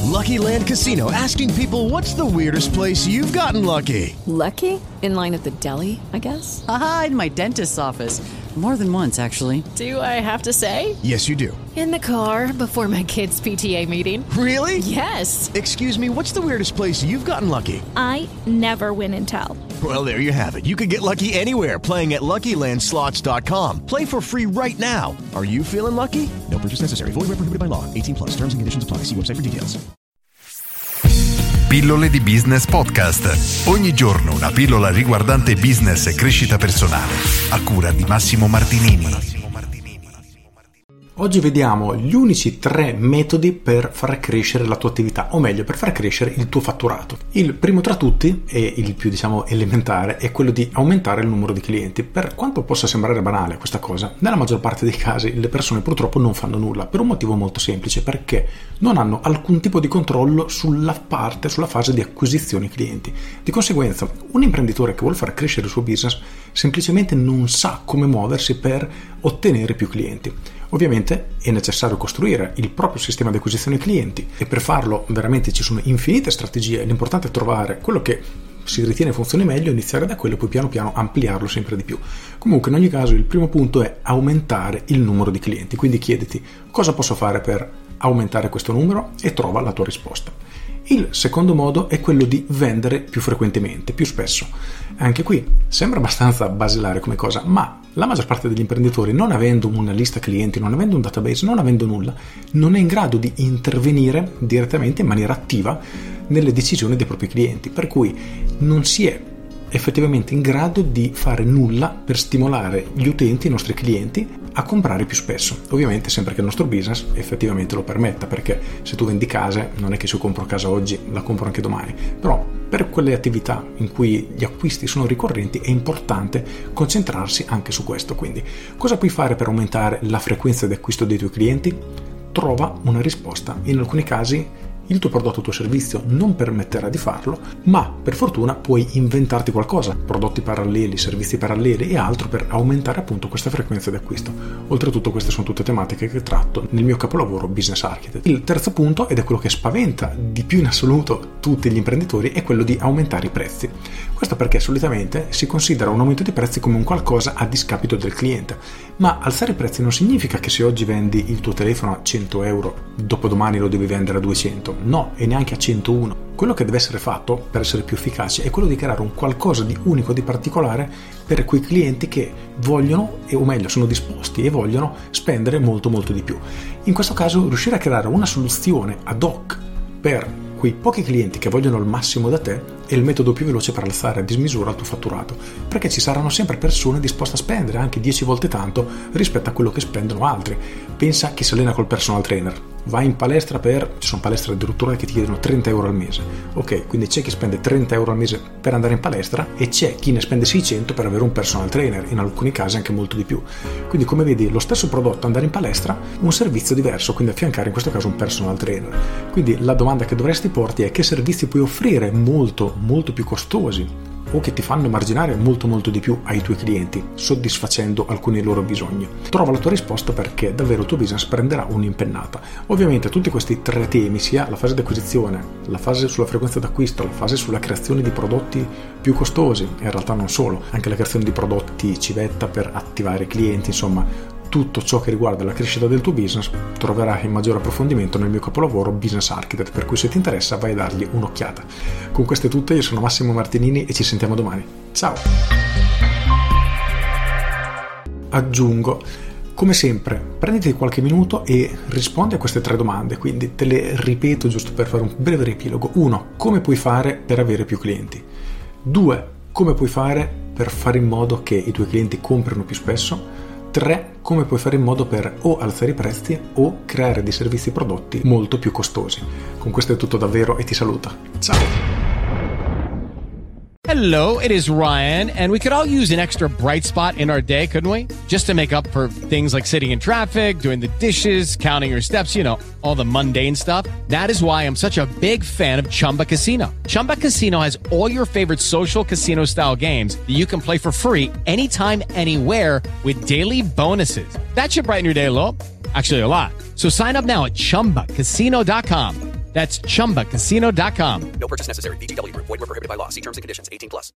Lucky Land Casino, asking people, what's the weirdest place you've gotten lucky? Lucky? In line at the deli, I guess? Aha, in my dentist's office. More than once, actually. Do I have to say? Yes, you do. In the car before my kids' PTA meeting. Really? Yes. Excuse me, what's the weirdest place you've gotten lucky? I never win and tell. Well, there you have it. You can get lucky anywhere, playing at LuckyLandSlots.com. Play for free right now. Are you feeling lucky? No purchase necessary. Void where prohibited by law. 18+. Terms and conditions apply. See website for details. Pillole di Business Podcast. Ogni giorno una pillola riguardante business e crescita personale. A cura di Massimo Martinini. Oggi vediamo gli unici 3 metodi per far crescere la tua attività, o meglio, per far crescere il tuo fatturato. Il primo tra tutti, e il più elementare, è quello di aumentare il numero di clienti. Per quanto possa sembrare banale questa cosa, nella maggior parte dei casi le persone purtroppo non fanno nulla, per un motivo molto semplice, perché non hanno alcun tipo di controllo sulla fase di acquisizione clienti. Di conseguenza, un imprenditore che vuole far crescere il suo business semplicemente non sa come muoversi per ottenere più clienti. Ovviamente è necessario costruire il proprio sistema di acquisizione clienti e per farlo veramente ci sono infinite strategie. L'importante è trovare quello che si ritiene funzioni meglio, iniziare da quello e poi piano piano ampliarlo sempre di più. Comunque in ogni caso il primo punto è aumentare il numero di clienti, quindi chiediti cosa posso fare per aumentare questo numero e trova la tua risposta. Il secondo modo è quello di vendere più frequentemente, più spesso. Anche qui sembra abbastanza basilare come cosa, ma la maggior parte degli imprenditori, non avendo una lista clienti, non avendo un database, non avendo nulla, non è in grado di intervenire direttamente in maniera attiva nelle decisioni dei propri clienti, per cui non si è effettivamente in grado di fare nulla per stimolare gli utenti, i nostri clienti, a comprare più spesso. Ovviamente sempre che il nostro business effettivamente lo permetta, perché se tu vendi case non è che se io compro casa oggi la compro anche domani, però per quelle attività in cui gli acquisti sono ricorrenti è importante concentrarsi anche su questo. Quindi cosa puoi fare per aumentare la frequenza di acquisto dei tuoi clienti? Trova una risposta. In alcuni casi il tuo prodotto o tuo servizio non permetterà di farlo, ma per fortuna puoi inventarti qualcosa, prodotti paralleli, servizi paralleli e altro per aumentare appunto questa frequenza di acquisto. Oltretutto queste sono tutte tematiche che tratto nel mio capolavoro Business Architect. Il terzo punto, ed è quello che spaventa di più in assoluto tutti gli imprenditori, è quello di aumentare i prezzi. Questo perché solitamente si considera un aumento di prezzi come un qualcosa a discapito del cliente, ma alzare i prezzi non significa che se oggi vendi il tuo telefono a 100 euro, dopodomani lo devi vendere a 200. No, e neanche a 101. Quello che deve essere fatto per essere più efficaci è quello di creare un qualcosa di unico, di particolare per quei clienti che vogliono, o meglio sono disposti e vogliono spendere molto molto di più. In questo caso riuscire a creare una soluzione ad hoc per quei pochi clienti che vogliono il massimo da te è il metodo più veloce per alzare a dismisura il tuo fatturato, perché ci saranno sempre persone disposte a spendere anche 10 volte tanto rispetto a quello che spendono altri. Pensa a chi si allena col personal trainer, va in palestra ci sono palestre addirittura che ti chiedono 30 euro al mese. Ok, quindi c'è chi spende 30 euro al mese per andare in palestra e c'è chi ne spende 600 per avere un personal trainer, in alcuni casi anche molto di più. Quindi come vedi, lo stesso prodotto, andare in palestra, un servizio diverso, quindi affiancare in questo caso un personal trainer. Quindi la domanda che dovresti porti è: che servizi puoi offrire molto più costosi o che ti fanno marginare molto di più ai tuoi clienti, soddisfacendo alcuni loro bisogni? Trova la tua risposta, perché davvero il tuo business prenderà un'impennata. Ovviamente tutti questi 3 temi, sia la fase di acquisizione, la fase sulla frequenza d'acquisto, la fase sulla creazione di prodotti più costosi, in realtà non solo, anche la creazione di prodotti civetta per attivare clienti, insomma tutto ciò che riguarda la crescita del tuo business troverai in maggiore approfondimento nel mio capolavoro Business Architect, per cui se ti interessa vai a dargli un'occhiata. Con questo è tutto, io sono Massimo Martinini e ci sentiamo domani. Ciao! Aggiungo, come sempre, prenditi qualche minuto e rispondi a queste 3 domande, quindi te le ripeto giusto per fare un breve riepilogo. 1. Come puoi fare per avere più clienti? 2. Come puoi fare per fare in modo che i tuoi clienti comprino più spesso? 3. Come puoi fare in modo per o alzare i prezzi o creare dei servizi e prodotti molto più costosi. Con questo è tutto davvero e ti saluto. Ciao! Hello, it is Ryan, and we could all use an extra bright spot in our day, couldn't we? Just to make up for things like sitting in traffic, doing the dishes, counting your steps, all the mundane stuff. That is why I'm such a big fan of Chumba Casino. Chumba Casino has all your favorite social casino-style games that you can play for free anytime, anywhere with daily bonuses. That should brighten your day a little. Actually, a lot. So sign up now at ChumbaCasino.com. That's ChumbaCasino.com. No purchase necessary. VGW Group. Void where prohibited by law. See terms and conditions. 18+.